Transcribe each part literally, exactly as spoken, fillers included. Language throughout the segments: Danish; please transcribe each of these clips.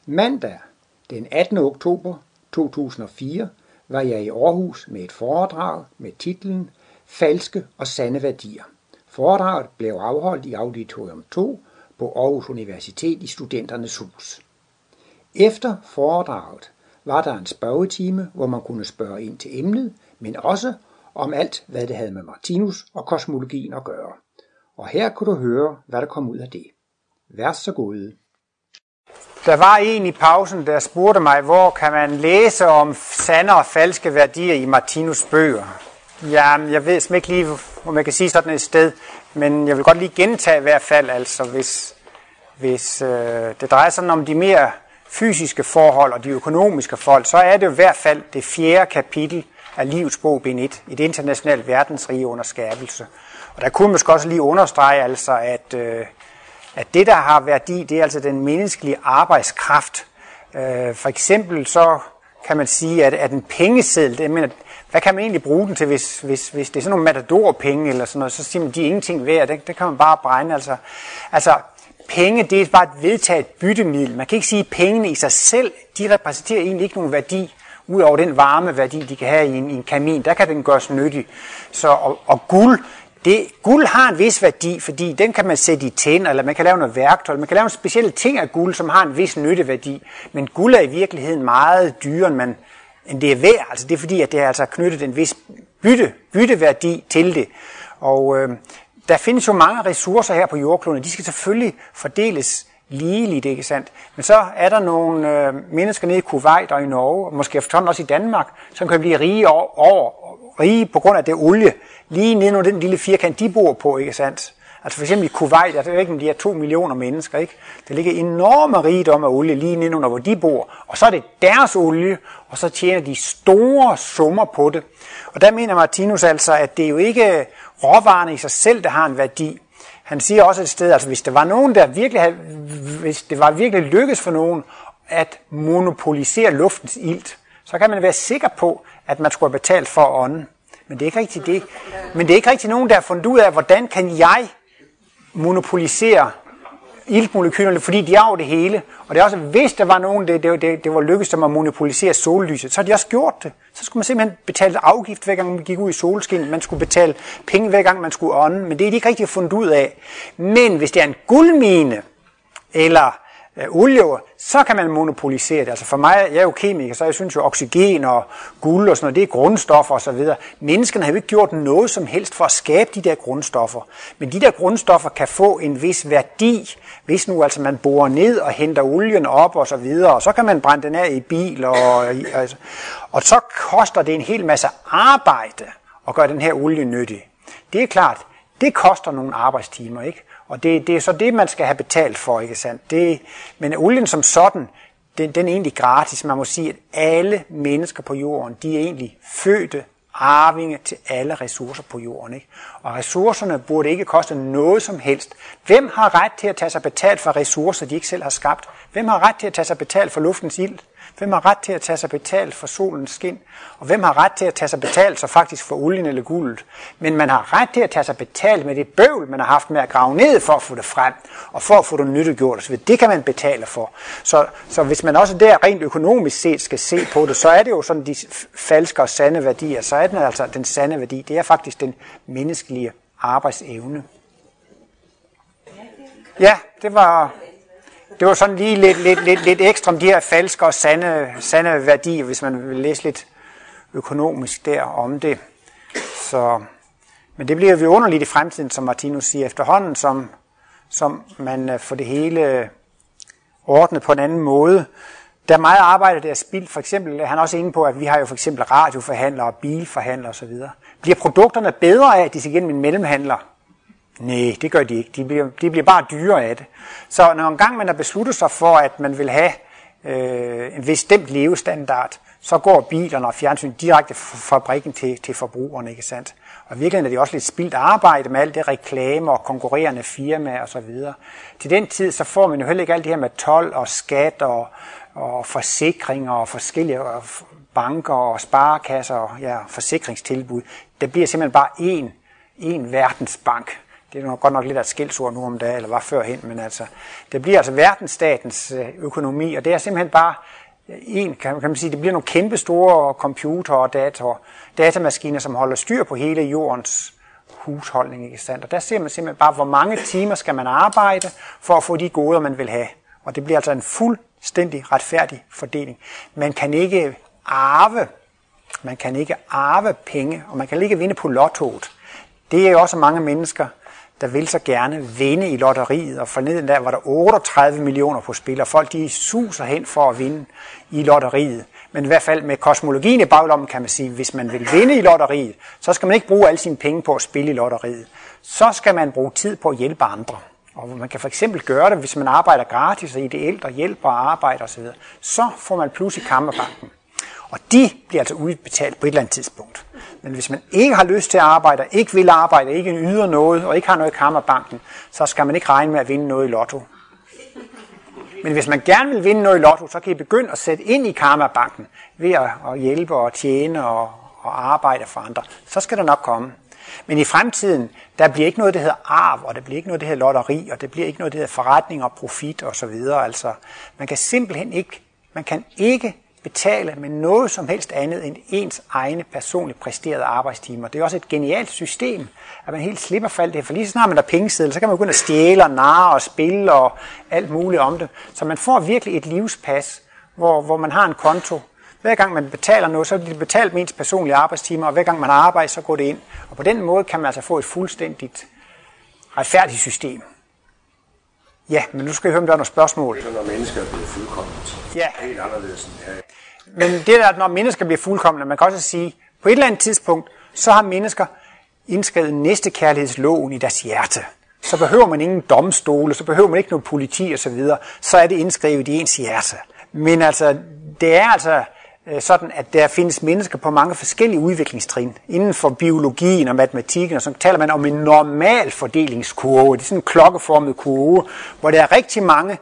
Mandag den attende oktober to tusind og fire var jeg i Aarhus med et foredrag med titlen Falske og sande værdier. Foredraget blev afholdt i Auditorium to på Aarhus Universitet i Studenternes Hus. Efter foredraget var der en spørgetime, hvor man kunne spørge ind til emnet, men også om alt, hvad det havde med Martinus og kosmologien at gøre. Og her kunne du høre, hvad der kom ud af det. Vær så god. Der var en i pausen, der spurgte mig, hvor kan man læse om sande og falske værdier i Martinus' bøger. Jamen, jeg ved simpelthen ikke lige, hvor man kan sige sådan et sted, men jeg vil godt lige gentage i hvert fald, altså hvis, hvis øh, det drejer sig om de mere fysiske forhold og de økonomiske forhold, så er det jo i hvert fald det fjerde kapitel af Livets bog, bind et, et internationalt verdensrige under skabelse. Og der kunne man måske også lige understrege, altså, at, øh, at det, der har værdi, det er altså den menneskelige arbejdskraft. Øh, for eksempel så kan man sige, at, at en pengeseddel, det, mener, hvad kan man egentlig bruge den til, hvis, hvis, hvis det er sådan nogle matadorpenge eller sådan noget, så siger man, de er ingenting værd, det, det kan man bare brænde. Altså, altså penge, det er bare et vedtaget byttemiddel. Man kan ikke sige, at pengene i sig selv, de repræsenterer egentlig ikke nogen værdi, udover den varme værdi, de kan have i en, i en kamin. Der kan den gøres nyttig. Så, og, og guld, det, guld har en vis værdi, fordi den kan man sætte i tænder, eller man kan lave noget værktøj, man kan lave nogle specielle ting af guld, som har en vis nytteværdi. Men guld er i virkeligheden meget dyrere, end, man, end det er værd. Altså det er fordi, at det er altså knyttet en vis bytte, bytteværdi til det. Og øh, der findes jo mange ressourcer her på jordkloden, de skal selvfølgelig fordeles ligeligt, ikke sandt? Men så er der nogle øh, mennesker nede i Kuwait og i Norge, og måske efterhånden også i Danmark, som kan blive rige over, over rige på grund af det olie, lige nede under den lille firkant, de bor på, ikke sandt? Altså for eksempel i Kuwait, der er ikke de her to millioner mennesker, ikke? Der ligger enorme rigdom af olie lige nede under, hvor de bor, og så er det deres olie, og så tjener de store summer på det. Og der mener Martinus altså, at det er jo ikke råvarerne i sig selv, der har en værdi. Han siger også et sted, altså hvis det var nogen, der virkelig havde, hvis det var virkelig lykkes for nogen at monopolisere luftens ilt, så kan man være sikker på, at man skulle have betalt for ånden. Men det er ikke rigtigt det. Men det er ikke rigtig nogen, der har fundet ud af, hvordan kan jeg monopolisere iltmolekylerne, fordi de er jo det hele. Og det er også, hvis der var nogen, det, det, det, det var lykkedes dem at monopolisere sollyset, så har de også gjort det. Så skulle man simpelthen betale afgift, hver gang man gik ud i solskin. Man skulle betale penge, hver gang man skulle ånde. Men det er de ikke rigtig fundet ud af. Men hvis det er en guldmine, eller øh, olie, så kan man monopolisere det. Altså for mig, jeg er jo kemiker, så jeg synes jo, oxygen og guld og sådan noget, det er grundstoffer og så videre. Menneskene har jo ikke gjort noget som helst for at skabe de der grundstoffer. Men de der grundstoffer kan få en vis værdi, hvis nu altså man borer ned og henter olien op og så videre, og så kan man brænde den af i bil, og, altså, og så koster det en hel masse arbejde at gøre den her olie nyttig. Det er klart, det koster nogle arbejdstimer, ikke? Og det, det er så det, man skal have betalt for, ikke sandt? Det, men olien som sådan, den, den er egentlig gratis. Man må sige, at alle mennesker på jorden, de er egentlig fødte arvinge til alle ressourcer på jorden, ikke? Og ressourcerne burde ikke koste noget som helst. Hvem har ret til at tage sig betalt for ressourcer, de ikke selv har skabt? Hvem har ret til at tage sig betalt for luftens ilt? Hvem har ret til at tage sig betalt for solens skin? Og hvem har ret til at tage sig betalt så faktisk for olien eller guldet? Men man har ret til at tage sig betalt med det bøvl, man har haft med at grave ned for at få det frem, og for at få det nyttiggjort. Så det kan man betale for. Så, så hvis man også der rent økonomisk set skal se på det, så er det jo sådan de falske og sande værdier. Så er den altså den sande værdi. Det er faktisk den menneskelige arbejdsevne. Ja, det var... Det var sådan lige lidt, lidt, lidt, lidt ekstra om de her falske og sande, sande værdier, hvis man vil læse lidt økonomisk der om det. Så, men det bliver jo underligt i fremtiden, som Martinus siger, efterhånden, som, som man får det hele ordnet på en anden måde. Der er meget arbejde, der er spildt. For eksempel er han også inde på, at vi har jo for eksempel radioforhandlere og bilforhandlere osv. Bliver produkterne bedre af, at de skal gennem en mellemhandler? Nej, det gør de ikke. De bliver, de bliver bare dyrere af det. Så når en gang man har besluttet sig for, at man vil have øh, en bestemt levestandard, så går bilerne og fjernsyn direkte fra fabrikken til, til forbrugerne, ikke sandt? Og i virkeligheden er det også lidt spildt arbejde med alt det reklamer og konkurrerende firmaer og så videre. Til den tid, så får man jo heller ikke alt det her med told og skat og, og forsikringer og forskellige banker og sparekasser og ja, forsikringstilbud. Der bliver simpelthen bare én, én verdensbank. Det er nok godt nok lidt af et skældsord nu om dagen, eller var førhen, men altså, det bliver altså verdensstatens økonomi, og det er simpelthen bare en, kan man sige, det bliver nogle kæmpe store computer og data, datamaskiner, som holder styr på hele jordens husholdning, ikke sandt? Og der ser man simpelthen bare, hvor mange timer skal man arbejde for at få de goder, man vil have. Og det bliver altså en fuldstændig retfærdig fordeling. Man kan ikke arve, man kan ikke arve penge, og man kan ikke vinde på lottoet. Det er jo også mange mennesker, der vil så gerne vinde i lotteriet, og forleden der var der otteogtredive millioner på spil, og folk de suser hen for at vinde i lotteriet. Men i hvert fald med kosmologien i baglommen kan man sige, at hvis man vil vinde i lotteriet, så skal man ikke bruge alle sine penge på at spille i lotteriet. Så skal man bruge tid på at hjælpe andre. Og man kan for eksempel gøre det, hvis man arbejder gratis og ideelt og hjælper og arbejder osv. Så får man plus i Kammerbanken. Og de bliver altså udbetalt på et eller andet tidspunkt. Men hvis man ikke har lyst til at arbejde, ikke vil arbejde, ikke yder noget og ikke har noget i Kammerbanken, så skal man ikke regne med at vinde noget i lotto. Men hvis man gerne vil vinde noget i lotto, så kan I begynde at sætte ind i Kammerbanken ved at hjælpe og tjene og, og arbejde for andre. Så skal der nok komme. Men i fremtiden, der bliver ikke noget, der hedder arv, og der bliver ikke noget, der hedder lotteri, og der bliver ikke noget, der hedder forretning og profit osv. Altså, man kan simpelthen ikke, man kan ikke betale med noget som helst andet end ens egne personligt præsterede arbejdstimer. Det er også et genialt system, at man helt slipper for alt det. For lige så snart man har pengeseddel, så kan man begynde at stjæle og narre og spille og alt muligt om det. Så man får virkelig et livspas, hvor, hvor man har en konto. Hver gang man betaler noget, så er det betalt med ens personlige arbejdstimer, og hver gang man arbejder, så går det ind. Og på den måde kan man altså få et fuldstændigt retfærdigt system. Ja, men nu skal jeg høre, om der er nogle spørgsmål. Det er, når mennesker bliver fuldkommet. Ja. Helt anderledes. Ja. Men det der, når mennesker bliver fuldkomne, man kan også sige, på et eller andet tidspunkt, så har mennesker indskrevet næstekærlighedsloven i deres hjerte. Så behøver man ingen domstole, så behøver man ikke noget politi osv. Så er det indskrevet i ens hjerte. Men altså, det er altså sådan, at der findes mennesker på mange forskellige udviklingstrin. Inden for biologien og matematikken, og så taler man om en normal fordelingskurve. Det er sådan en klokkeformet kurve, hvor der er rigtig mange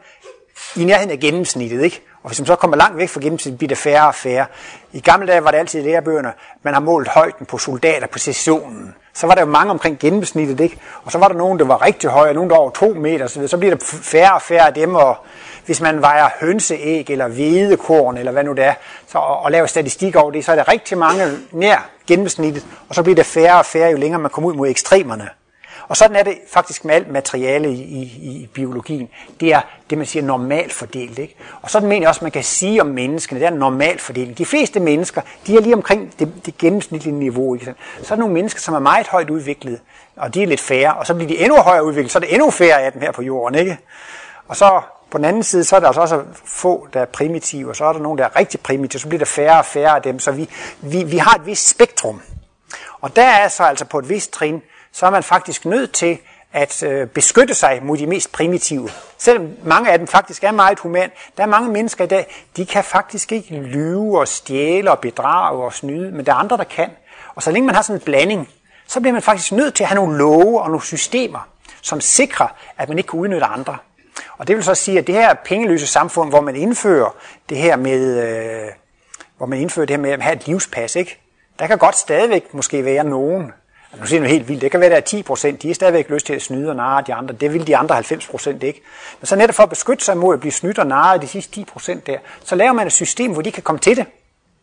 i nærheden af gennemsnittet, ikke? Og hvis man så kommer langt væk fra gennemsnittet, bliver det færre og færre. I gamle dage var det altid i lærebøgerne, man har målt højden på soldater på sessionen. Så var der jo mange omkring gennemsnittet, ikke? Og så var der nogen, der var rigtig høje, og nogen der var over to meter, så, så bliver der færre og færre af dem, og hvis man vejer hønseæg eller hvedekorn, eller hvad nu det er, så, og, og laver statistik over det, så er der rigtig mange nær gennemsnittet, og så bliver der færre og færre, jo længere man kommer ud mod ekstremerne. Og sådan er det faktisk med alt materiale i, i, i biologien. Det er det, man siger normalt fordelt, ikke? Og sådan mener jeg også, man kan sige om menneskene, det er en normal fordeling. De fleste mennesker, de er lige omkring det, det gennemsnitlige niveau, ikke? Så er der nogle mennesker, som er meget højt udviklet, og de er lidt færre, og så bliver de endnu højere udviklet, så er det endnu færre af dem her på jorden, ikke? Og så på den anden side, så er der altså også få, der er primitive, og så er der nogle, der er rigtig primitive, så bliver der færre og færre af dem, så vi, vi, vi har et vist spektrum. Og der er så altså på et vist trin, så er man faktisk nødt til at øh, beskytte sig mod de mest primitive. Selvom mange af dem faktisk er meget human. Der er mange mennesker i dag, de kan faktisk ikke lyve og stjæle og bedrage og snyde, men der er andre, der kan. Og så længe man har sådan en blanding, så bliver man faktisk nødt til at have nogle love og nogle systemer, som sikrer, at man ikke kan udnytte andre. Og det vil så sige, at det her pengeløse samfund, hvor man indfører det her med, øh, hvor man indfører det her med at have et livspas, ikke? Der kan godt stadigvæk måske være nogen. Nu siger det helt vildt. Det kan være, der er ti procent. De er stadigvæk lyst til at snyde og narre de andre. Det vil de andre halvfems procent ikke. Men så netop for at beskytte sig mod at blive snydt og narret de sidste ti procent der, så laver man et system, hvor de kan komme til det.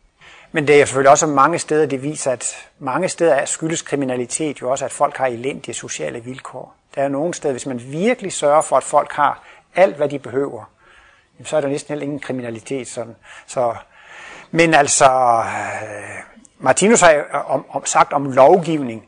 Men det er selvfølgelig også mange steder, det viser, at mange steder skyldes kriminalitet jo også, at folk har elendige sociale vilkår. Der er nogle steder, hvis man virkelig sørger for, at folk har alt, hvad de behøver, så er der næsten heller ingen kriminalitet. Sådan. Så, men altså, Martinus har om, om, sagt om lovgivning.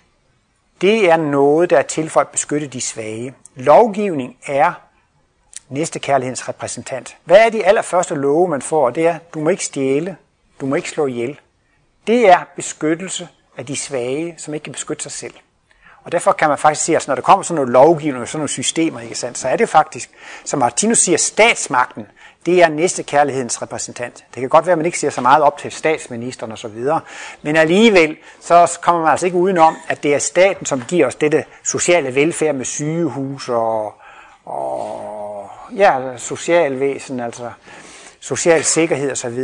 Det er noget, der er til for at beskytte de svage. Lovgivning er næstekærlighedens repræsentant. Hvad er de allerførste love, man får? Det er, du må ikke stjæle, du må ikke slå ihjel. Det er beskyttelse af de svage, som ikke kan beskytte sig selv. Og derfor kan man faktisk sige, at når der kommer sådan noget lovgivning og sådan nogle systemer, ikke sandt, så er det faktisk, som Martinus siger, statsmagten, det er næstekærlighedens repræsentant. Det kan godt være, at man ikke siger så meget op til statsministeren osv., men alligevel så kommer man altså ikke udenom, at det er staten, som giver os dette sociale velfærd med sygehus og, og ja, socialvæsen, altså social sikkerhed osv.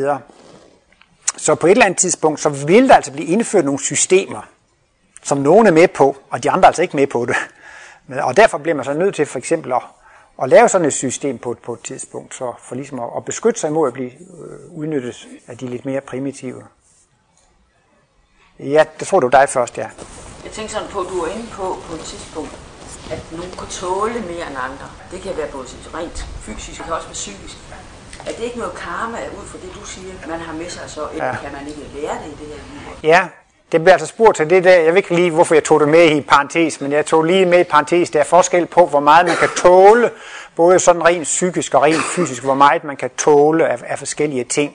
Så på et eller andet tidspunkt, så vil der altså blive indført nogle systemer, som nogen er med på, og de andre er altså ikke med på det. Og derfor bliver man så nødt til for eksempel at, at lave sådan et system på, på et tidspunkt, så for ligesom at, at beskytte sig imod at blive udnyttet af de lidt mere primitive. Ja, det tror du dig først, ja. Jeg tænker sådan på, at du er inde på på et tidspunkt, at nogen kan tåle mere end andre. Det kan være både rent fysisk, det kan også være psykisk. Er det ikke noget karma ud fra det, du siger, man har med sig, så eller ja. Kan man ikke lære det i det her liv? Ja, det bliver altså spurgt til det der. Jeg ved ikke lige, hvorfor jeg tog det med i parentes, men jeg tog lige med i parentes. Der er forskel på, hvor meget man kan tåle, både sådan rent psykisk og rent fysisk, hvor meget man kan tåle af, af forskellige ting.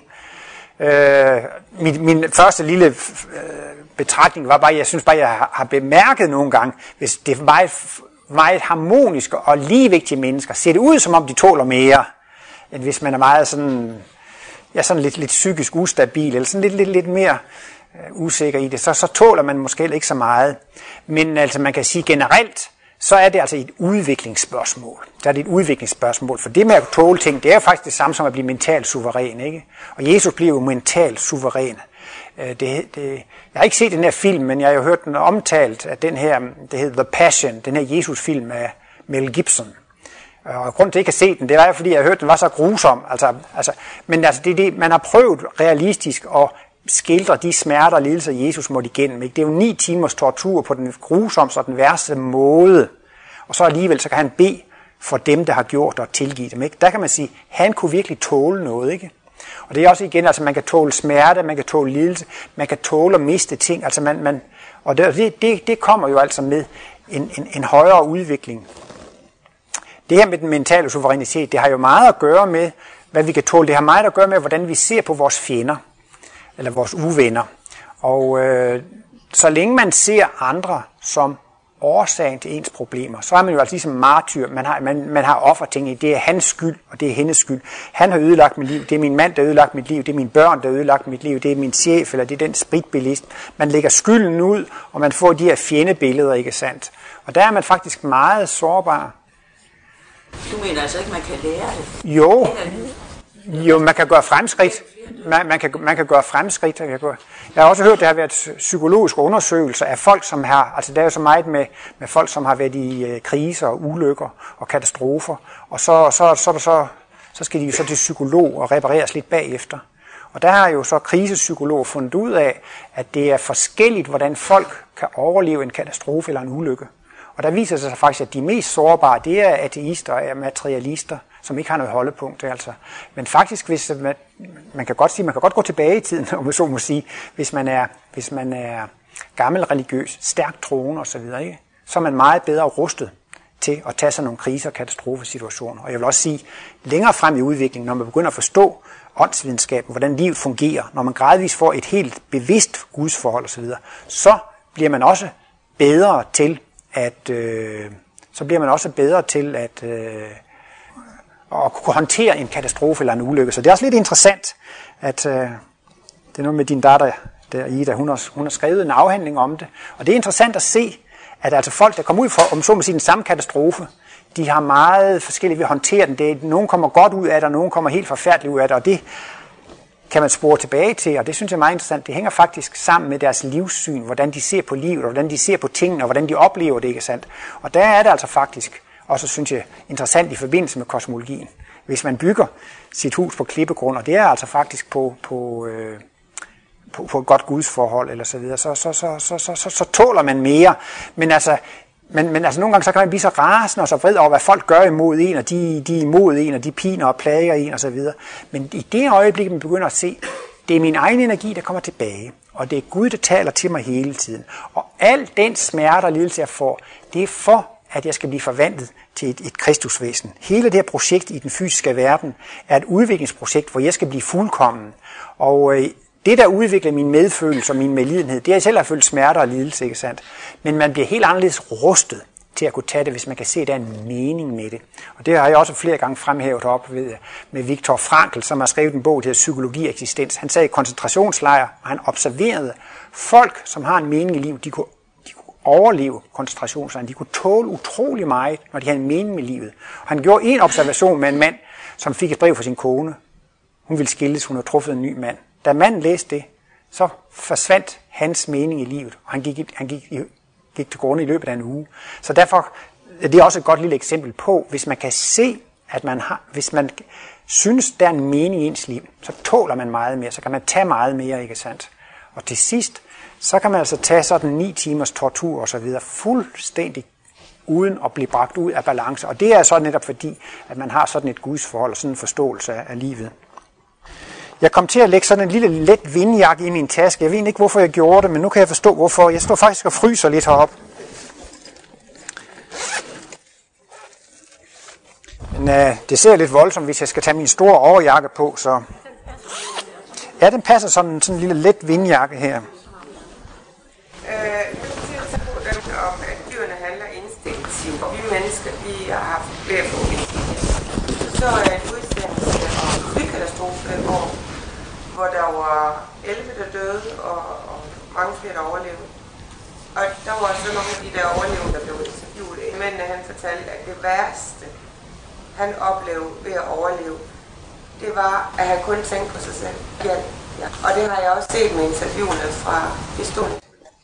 Øh, min, min første lille øh, betragtning var bare, jeg synes bare, jeg har, har bemærket nogle gange, hvis det er meget, meget harmoniske og ligevægtige mennesker, ser det ud, som om de tåler mere, end hvis man er meget sådan, ja, sådan lidt, lidt psykisk ustabil, eller sådan lidt, lidt, lidt mere øh, usikker i det, så, så tåler man måske ikke så meget. Men altså, man kan sige generelt, så er det altså et udviklingsspørgsmål. Så er det et udviklingsspørgsmål, for det med at tåle ting, det er jo faktisk det samme som at blive mentalt suveræn, ikke? Og Jesus bliver jo mentalt suveræn. Det, det, jeg har ikke set den her film, men jeg har jo hørt den omtalt af den her, det hedder The Passion, den her Jesus-film af Mel Gibson. Og grunden til, at jeg ikke har set den, det var jo, fordi jeg har hørt, den var så grusom. Altså, altså, men altså, det, det, man har prøvet realistisk at skildre de smerter og lidelser, Jesus måtte igennem. Ikke? Det er jo ni timers tortur på den grusomste og den værste måde. Og så alligevel, så kan han bede for dem, der har gjort og tilgive dem. Ikke? Der kan man sige, at han kunne virkelig tåle noget. Ikke? Og det er også igen, altså man kan tåle smerte, man kan tåle lidelse, man kan tåle at miste ting. Altså man, man, og det, det, det kommer jo altså med en, en, en højere udvikling. Det her med den mentale suverænitet, det har jo meget at gøre med, hvad vi kan tåle. Det har meget at gøre med, hvordan vi ser på vores fjender, eller vores uvenner. Og øh, så længe man ser andre som årsagen til ens problemer, så er man jo altså ligesom martyr. Man har, man, man har offerting i, det er hans skyld, og det er hendes skyld. Han har ødelagt mit liv, det er min mand, der har ødelagt mit liv, det er mine børn, der har ødelagt mit liv, det er min chef, eller det er den spritbilist. Man lægger skylden ud, og man får de her fjendebilleder, ikke sandt? Og der er man faktisk meget sårbar. Du mener altså ikke, man kan lære det? Jo, jo man kan gøre fremskridt. Man, man, kan, man kan gøre fremskridt. Jeg, kan gøre. jeg har også hørt, at der har været psykologiske undersøgelser af folk, som har, altså der er jo så meget med, med folk, som har været i øh, kriser og ulykker og katastrofer, og så, så, så, så, så skal de jo så til psykolog og repareres lidt bagefter. Og der har jo så krisepsykologer fundet ud af, at det er forskelligt, hvordan folk kan overleve en katastrofe eller en ulykke. Og der viser sig faktisk, at de mest sårbare, det er ateister og materialister, som ikke har noget holdepunkt. Altså. Men faktisk, hvis man, man kan godt sige, man kan godt gå tilbage i tiden, om man så må sige, hvis man er, hvis man er gammel religiøs, stærkt troende osv., ikke? Så er man meget bedre rustet til at tage sig nogle kriser- og katastrofesituationer. Og jeg vil også sige, længere frem i udviklingen, når man begynder at forstå åndsvidenskaben, hvordan livet fungerer, når man gradvist får et helt bevidst gudsforhold osv., så bliver man også bedre til at øh, så bliver man også bedre til at, øh, at kunne håndtere en katastrofe eller en ulykke. Så det er også lidt interessant, at øh, det er noget med din datter, der Ida, hun har, hun har skrevet en afhandling om det. Og det er interessant at se, at altså folk, der kommer ud fra, om så må sige, den samme katastrofe, de har meget forskelligt ved at håndtere den. Det er, nogen kommer godt ud af det, og nogen kommer helt forfærdeligt ud af det, og det kan man spore tilbage til, og det synes jeg er meget interessant. Det hænger faktisk sammen med deres livssyn, hvordan de ser på livet, og hvordan de ser på tingene, og hvordan de oplever det, ikke sandt? Og der er det altså faktisk også, synes jeg, interessant i forbindelse med kosmologien. Hvis man bygger sit hus på klippegrund, og det er altså faktisk på, på, øh, på, på et godt gudsforhold, eller så videre, så, så, så, så, så, så, så tåler man mere. Men altså, Men, men altså nogle gange så kan man blive så rasende og så vred over, hvad folk gør imod en, og de, de er imod en, og de piner og plager en, og så videre. Men i det øjeblik, man begynder at se, det er min egen energi, der kommer tilbage, og det er Gud, der taler til mig hele tiden. Og al den smerte og lidelse, jeg får, det er for, at jeg skal blive forvandlet til et, et kristusvæsen. Hele det her projekt i den fysiske verden er et udviklingsprojekt, hvor jeg skal blive fuldkommen. Og øh, det, der udvikler min medfølelse og min medlidenhed, det er, at jeg selv har følt smerte og lidelse, ikke sandt? Men man bliver helt anderledes rustet til at kunne tage det, hvis man kan se, at der er en mening med det. Og det har jeg også flere gange fremhævet op ved, med Viktor Frankl, som har skrevet en bog, der hedder Psykologi og eksistens. Han sagde i koncentrationslejr, og han observerede folk, som har en mening i livet, de kunne, de kunne overleve koncentrationslejren. De kunne tåle utrolig meget, når de havde en mening med livet. Og han gjorde en observation med en mand, som fik et brev fra sin kone. Hun ville skilles, hun havde truffet en ny mand. Da manden læste det, så forsvandt hans mening i livet, og han gik, han gik, gik til grunde i løbet af en uge. Så derfor det er også et godt lille eksempel på, hvis man kan se, at man har, hvis man synes, der er en mening i ens liv, så tåler man meget mere, så kan man tage meget mere, ikke sandt? Og til sidst, så kan man altså tage sådan ni timers tortur og så videre, fuldstændig uden at blive bragt ud af balance. Og det er så netop fordi, at man har sådan et gudsforhold og sådan en forståelse af, af livet. Jeg kom til at lægge sådan en lille let vindjakke i min taske. Jeg ved ikke, hvorfor jeg gjorde det, men nu kan jeg forstå, hvorfor. Jeg står faktisk og fryser lidt heroppe. Men øh, det ser lidt voldsomt, hvis jeg skal tage min store overjakke på, så... Ja, den passer sådan, sådan en lille let vindjakke her. Øh, nu siger så på den om, at dyrene handler instinktivt, og vi mennesker, vi har haft flere på instinktivt. Så er en udsendelse om flykatastrofe, hvor, hvor der var elleve, der døde, og, og mange flere, der overlevede. Og der var så nogle af de der overlevende, der blev interviewet. Men han fortalte, at det værste, han oplevede ved at overleve, det var, at han kun tænkte på sig selv. Ja, ja. Og det har jeg også set med interviewene fra Estonia.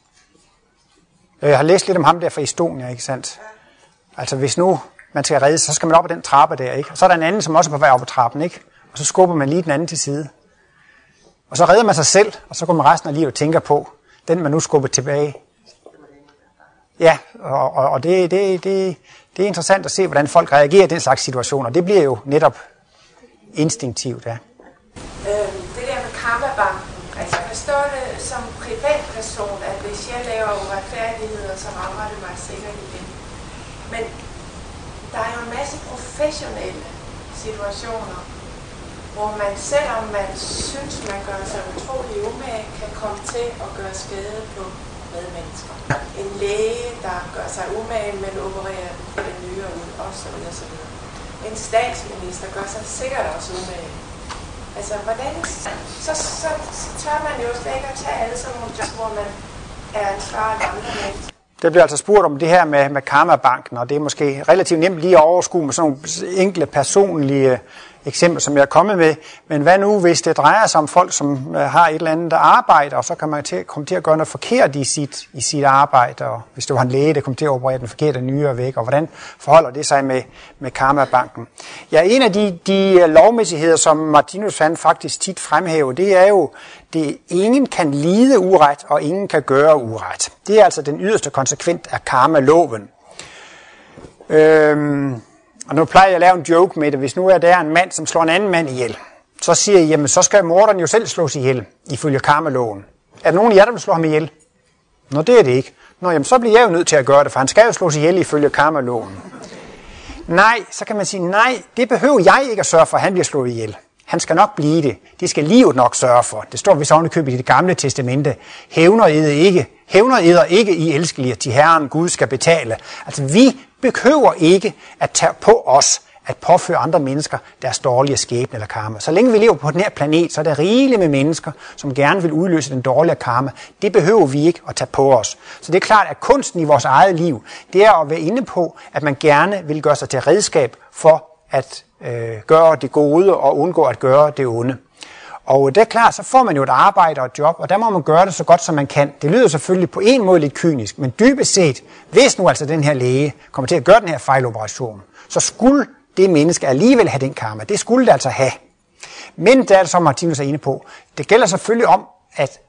Jeg har læst lidt om ham der fra Estonia, ikke sandt? Ja. Altså hvis nu man skal redde, så skal man op ad den trappe der, ikke? Og så er der en anden, som også er på vej op ad trappen, ikke? Og så skubber man lige den anden til side. Og så redder man sig selv, og så går man resten af livet og tænker på, den man nu skubber tilbage. Ja, og, og, og det, det, det, det er interessant at se, hvordan folk reagerer i den slags situationer. Det bliver jo netop instinktivt, ja. Øhm, det der med karmabanken, altså jeg forstår det som privatperson, at hvis jeg laver uretfærdigheder, så rammer det mig sikkert igen. Men der er jo en masse professionelle situationer, hvor man, selvom man synes, man gør sig utrolig umage, kan komme til at gøre skade på medmennesker. En læge, der gør sig umage, men opererer den nyere ud, osv. osv. En statsminister gør sig sikkert også umage. Altså, hvordan... Så, så, så tør man jo slet ikke at tage alle sådan nogle jobs, hvor man er ansvarlig andre mennesker. Det bliver altså spurgt om det her med, med karmabanken, og det er måske relativt nemt lige at overskue med sådan nogle enkle personlige eksempler, som jeg er kommet med. Men hvad nu, hvis det drejer sig om folk, som har et eller andet arbejde, og så kan man til, komme til at gøre noget forkert i sit, i sit arbejde, og hvis det var en læge, der kom til at operere den forkerte nyre væk, og hvordan forholder det sig med, med karmabanken? Ja, en af de, de lovmæssigheder, som Martinus han faktisk tit fremhæver, det er jo, det ingen kan lide uret, og ingen kan gøre uret. Det er altså den yderste konsekvens af karmaloven. Øhm, og nu plejer jeg at lave en joke med det. Hvis nu er der en mand, som slår en anden mand ihjel, så siger jeg, jamen så skal morderen jo selv slås ihjel, ifølge karmaloven. Er der nogen af jer, der vil slå ham ihjel? Nå, det er det ikke. Nå, jamen så bliver jeg jo nødt til at gøre det, for han skal jo slås ihjel ifølge karmaloven. Nej, så kan man sige, nej, det behøver jeg ikke at sørge for, at han bliver slået ihjel. Han skal nok blive det. Det skal livet nok sørge for. Det står vist ovenikøbet i Det Gamle Testamente. Hævner eder ikke, hævner eder ikke i elskelige, til Herren Gud skal betale. Altså vi behøver ikke at tage på os at påføre andre mennesker deres dårlige skæbne eller karma. Så længe vi lever på den her planet, så er der rigeligt med mennesker, som gerne vil udløse den dårlige karma. Det behøver vi ikke at tage på os. Så det er klart, at kunsten i vores eget liv, det er at være inde på, at man gerne vil gøre sig til redskab for at øh, gøre det gode og undgå at gøre det onde. Og det er klart, så får man jo et arbejde og et job, og der må man gøre det så godt, som man kan. Det lyder selvfølgelig på en måde lidt kynisk, men dybest set, hvis nu altså den her læge kommer til at gøre den her fejloperation, så skulle det menneske alligevel have den karma. Det skulle det altså have. Men det er det, som Martinus er inde på. Det gælder selvfølgelig om at,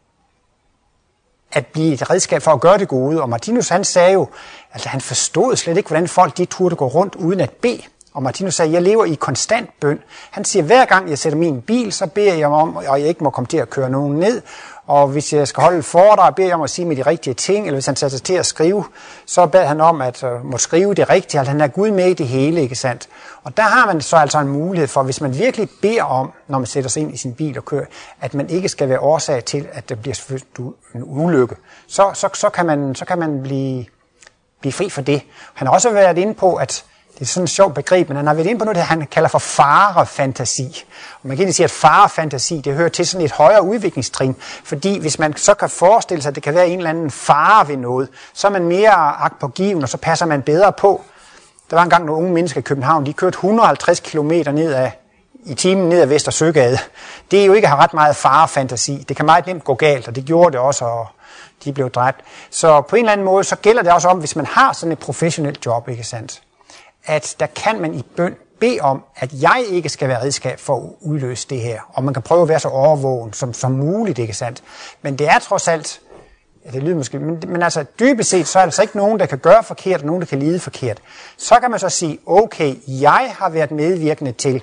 at blive et redskab for at gøre det gode. Og Martinus han sagde jo, altså han forstod slet ikke, hvordan folk de turde gå rundt uden at bede. Og Martinus sagde, jeg lever i konstant bøn. Han siger, hver gang jeg sætter min bil, så beder jeg om, at jeg ikke må komme til at køre nogen ned. Og hvis jeg skal holde et foredrag, beder jeg om at sige med de rigtige ting. Eller hvis han sætter sig til at skrive, så beder han om at uh, må skrive det rigtige. Altså han er Gud med i det hele, ikke sandt? Og der har man så altså en mulighed for, hvis man virkelig beder om, når man sætter sig ind i sin bil og kører, at man ikke skal være årsag til, at der bliver en ulykke. Så, så, så, kan, man, så kan man blive, blive fri for det. Han har også været inde på, at det er sådan et sjovt begreb, men han har været inde på noget, det han kalder for farefantasi. Og man kan ikke sige, at farefantasi, det hører til sådan et højere udviklingstrin, fordi hvis man så kan forestille sig, at det kan være en eller anden fare ved noget, så er man mere agtpågiven, og så passer man bedre på. Der var engang nogle unge mennesker i København, de kørte et hundrede og halvtreds kilometer ned ad i timen ned ad Vester Søgade, det er jo ikke at have ret meget farefantasi. Det kan meget nemt gå galt, og det gjorde det også, og de blev dræbt. Så på en eller anden måde, så gælder det også om, hvis man har sådan et professionelt job, ikke sandt, at der kan man i bøn bede om, at jeg ikke skal være redskab for at udløse det her. Og man kan prøve at være så overvågen som, som muligt, ikke sandt. Men det er trods alt, ja, det lyder måske, men, men altså dybest set, så er der altså ikke nogen, der kan gøre forkert, og nogen, der kan lide forkert. Så kan man så sige, okay, jeg har været medvirkende til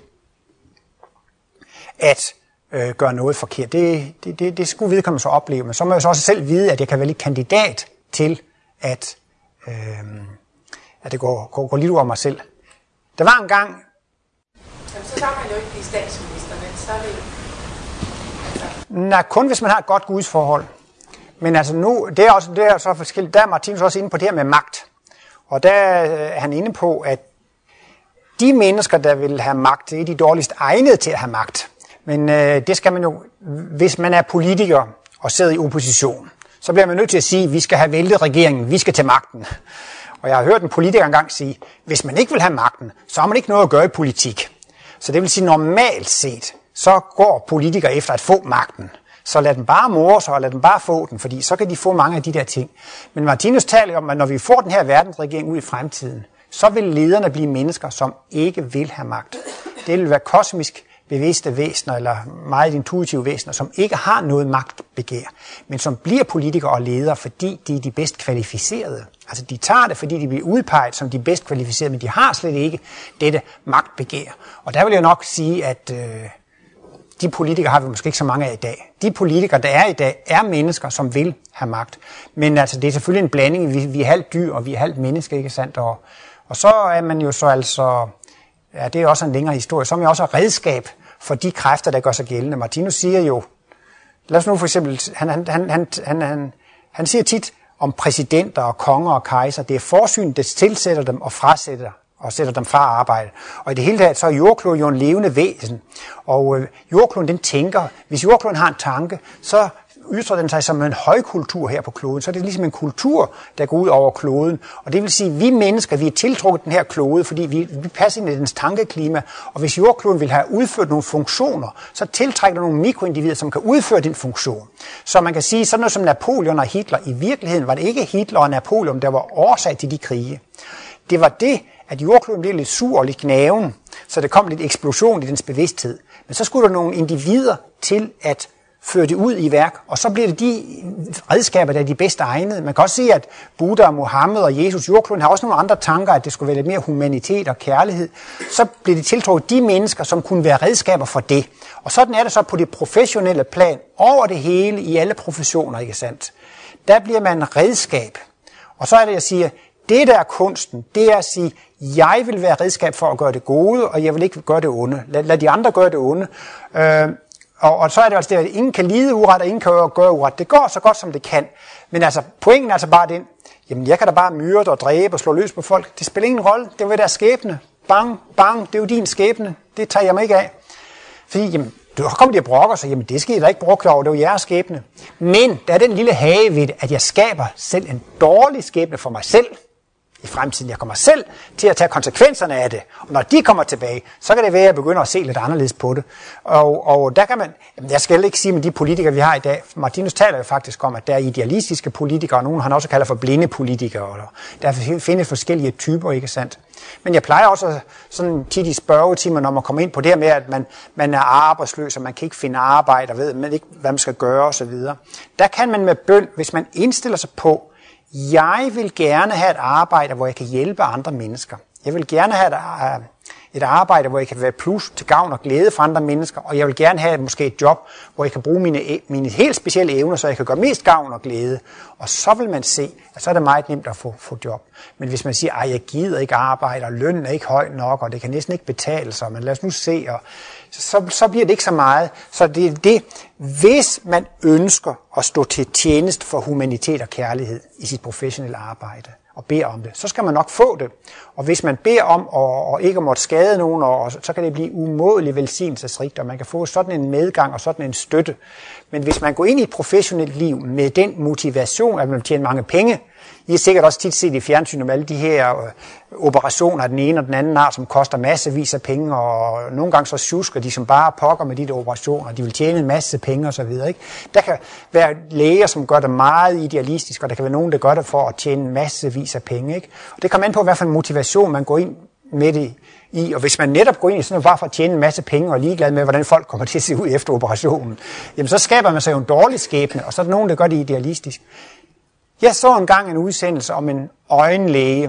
at øh, gøre noget forkert. Det, det, det, det skulle vedkommende så opleve, men så må jeg så også selv vide, at jeg kan være lidt kandidat til, at, øh, at det går, går, går lidt ud af mig selv. Der var en gang... Jamen, så kan man jo ikke blive statsminister, men så er det jo... Altså... Nej, kun hvis man har et godt gudsforhold. Men altså nu, det er, også, det er så forskelligt. Der er Martinus også inde på det her med magt. Og der er han inde på, at de mennesker, der vil have magt, det er de dårligst egnede til at have magt. Men øh, det skal man jo, hvis man er politiker og sidder i opposition, så bliver man nødt til at sige, at vi skal have væltet regeringen, vi skal til magten. Og jeg har hørt en politiker engang sige, hvis man ikke vil have magten, så har man ikke noget at gøre i politik. Så det vil sige, normalt set, så går politikere efter at få magten. Så lad dem bare more sig, og lad dem bare få den, fordi så kan de få mange af de der ting. Men Martinus taler om, at når vi får den her verdensregering ud i fremtiden, så vil lederne blive mennesker, som ikke vil have magt. Det vil være kosmisk bevidste væsener, eller meget intuitive væsener, som ikke har noget magtbegær, men som bliver politikere og ledere, fordi de er de bedst kvalificerede. Altså de tager det, fordi de bliver udpeget som de bedst kvalificerede, men de har slet ikke dette magtbegær. Og der vil jeg nok sige, at øh, de politikere har vi måske ikke så mange af i dag. De politikere, der er i dag, er mennesker, som vil have magt. Men altså, det er selvfølgelig en blanding. Vi, vi er halvt dyr, og vi er halvt mennesker, ikke sandt? Og, og så er man jo så altså... Ja, det er også en længere historie. Så er man også redskab for de kræfter, der gør sig gældende. Martinus siger jo... Lad os nu for eksempel... Han, han, han, han, han, han, han siger tit om præsidenter og konger og kejser. Det er forsynet, der tilsætter dem og frasætter og sætter dem fra arbejde. Og i det hele taget, så er jordkloden jo en levende væsen. Og øh, jordkloden, den tænker, hvis jordkloden har en tanke, så ytrer den sig som en højkultur her på kloden. Så er det ligesom en kultur, der går ud over kloden. Og det vil sige, at vi mennesker, vi er tiltrukket den her klode, fordi vi, vi passer ind i dens tankeklima. Og hvis jordkloden vil have udført nogle funktioner, så tiltrækker der nogle mikroindivider, som kan udføre den funktion. Så man kan sige, sådan noget som Napoleon og Hitler, i virkeligheden var det ikke Hitler og Napoleon, der var årsag til de krige. Det var det, at jordkloden blev lidt sur og lidt gnaven, så der kom lidt eksplosion i dens bevidsthed. Men så skulle der nogle individer til at føre det ud i værk, og så bliver det de redskaber, der er de bedste egnede. Man kan også se, at Buddha, Mohammed og Jesus, jordkloden har også nogle andre tanker, at det skulle være lidt mere humanitet og kærlighed. Så bliver det tiltrukket de mennesker, som kunne være redskaber for det. Og sådan er det så på det professionelle plan, over det hele, i alle professioner, ikke sandt? Der bliver man redskab. Og så er det, jeg siger, det der er kunsten, det er at sige, jeg vil være redskab for at gøre det gode, og jeg vil ikke gøre det onde. Lad, lad de andre gøre det onde. Øh, og, og så er det altså det, at ingen kan lide uret, og ingen kan gøre uret. Det går så godt, som det kan. Men altså, pointen er altså bare den, jamen jeg kan da bare myrde og dræbe og slå løs på folk. Det spiller ingen rolle. Det er jo deres skæbne. Bang, bang, det er jo din skæbne. Det tager jeg mig ikke af. Fordi, jamen, du kommer de og brokker sig, jamen det skal I da ikke brokke over, det er jo jeres skæbne. Men der er den lille hage ved det, at jeg skaber selv en dårlig skæbne for mig selv i fremtiden. Jeg kommer selv til at tage konsekvenserne af det. Og når de kommer tilbage, så kan det være, at jeg begynder at se lidt anderledes på det. Og, og der kan man, jamen jeg skal ikke sige med de politikere, vi har i dag. Martinus taler jo faktisk om, at der er idealistiske politikere, og nogen han også kalder for blinde politikere. Eller der findes forskellige typer, ikke sandt? Men jeg plejer også sådan tit i spørgetimer, når man kommer ind på det her med, at man, man er arbejdsløs, og man kan ikke finde arbejde, og ved man ikke, hvad man skal gøre osv. Der kan man med bøn, hvis man indstiller sig på, jeg vil gerne have et arbejde, hvor jeg kan hjælpe andre mennesker. Jeg vil gerne have et, et arbejde, hvor jeg kan være plus til gavn og glæde for andre mennesker, og jeg vil gerne have måske et job, hvor jeg kan bruge mine, mine helt specielle evner, så jeg kan gøre mest gavn og glæde. Og så vil man se, at så er det meget nemt at få, få job. Men hvis man siger, at jeg gider ikke arbejde, og lønnen er ikke høj nok, og det kan næsten ikke betale sig, men lad os nu se, og så, så bliver det ikke så meget. Så det er det, hvis man ønsker at stå til tjenest for humanitet og kærlighed i sit professionelle arbejde, og beder om det, så skal man nok få det. Og hvis man beder om at, og ikke måtte skade nogen, og, så kan det blive umådelig velsignelsesrigt, og man kan få sådan en medgang og sådan en støtte. Men hvis man går ind i et professionelt liv med den motivation, at man tjener mange penge, I har sikkert også tit set i fjernsyn om alle de her øh, operationer, den ene og den anden har, som koster massevis af penge, og nogle gange så sjusker de som bare pokker med de der operationer. De vil tjene en masse penge osv. Ikke? Der kan være læger, som gør det meget idealistisk, og der kan være nogen, der gør det for at tjene massevis af penge. Ikke? Og det kommer an på, hvad for en motivation man går ind med det i, og hvis man netop går ind i sådan noget bare for at tjene en masse penge og er ligeglad med, hvordan folk kommer til at se ud efter operationen, jamen så skaber man sig jo en dårlig skæbne, og så er der nogen, der gør det idealistisk. Jeg så engang en udsendelse om en øjenlæge,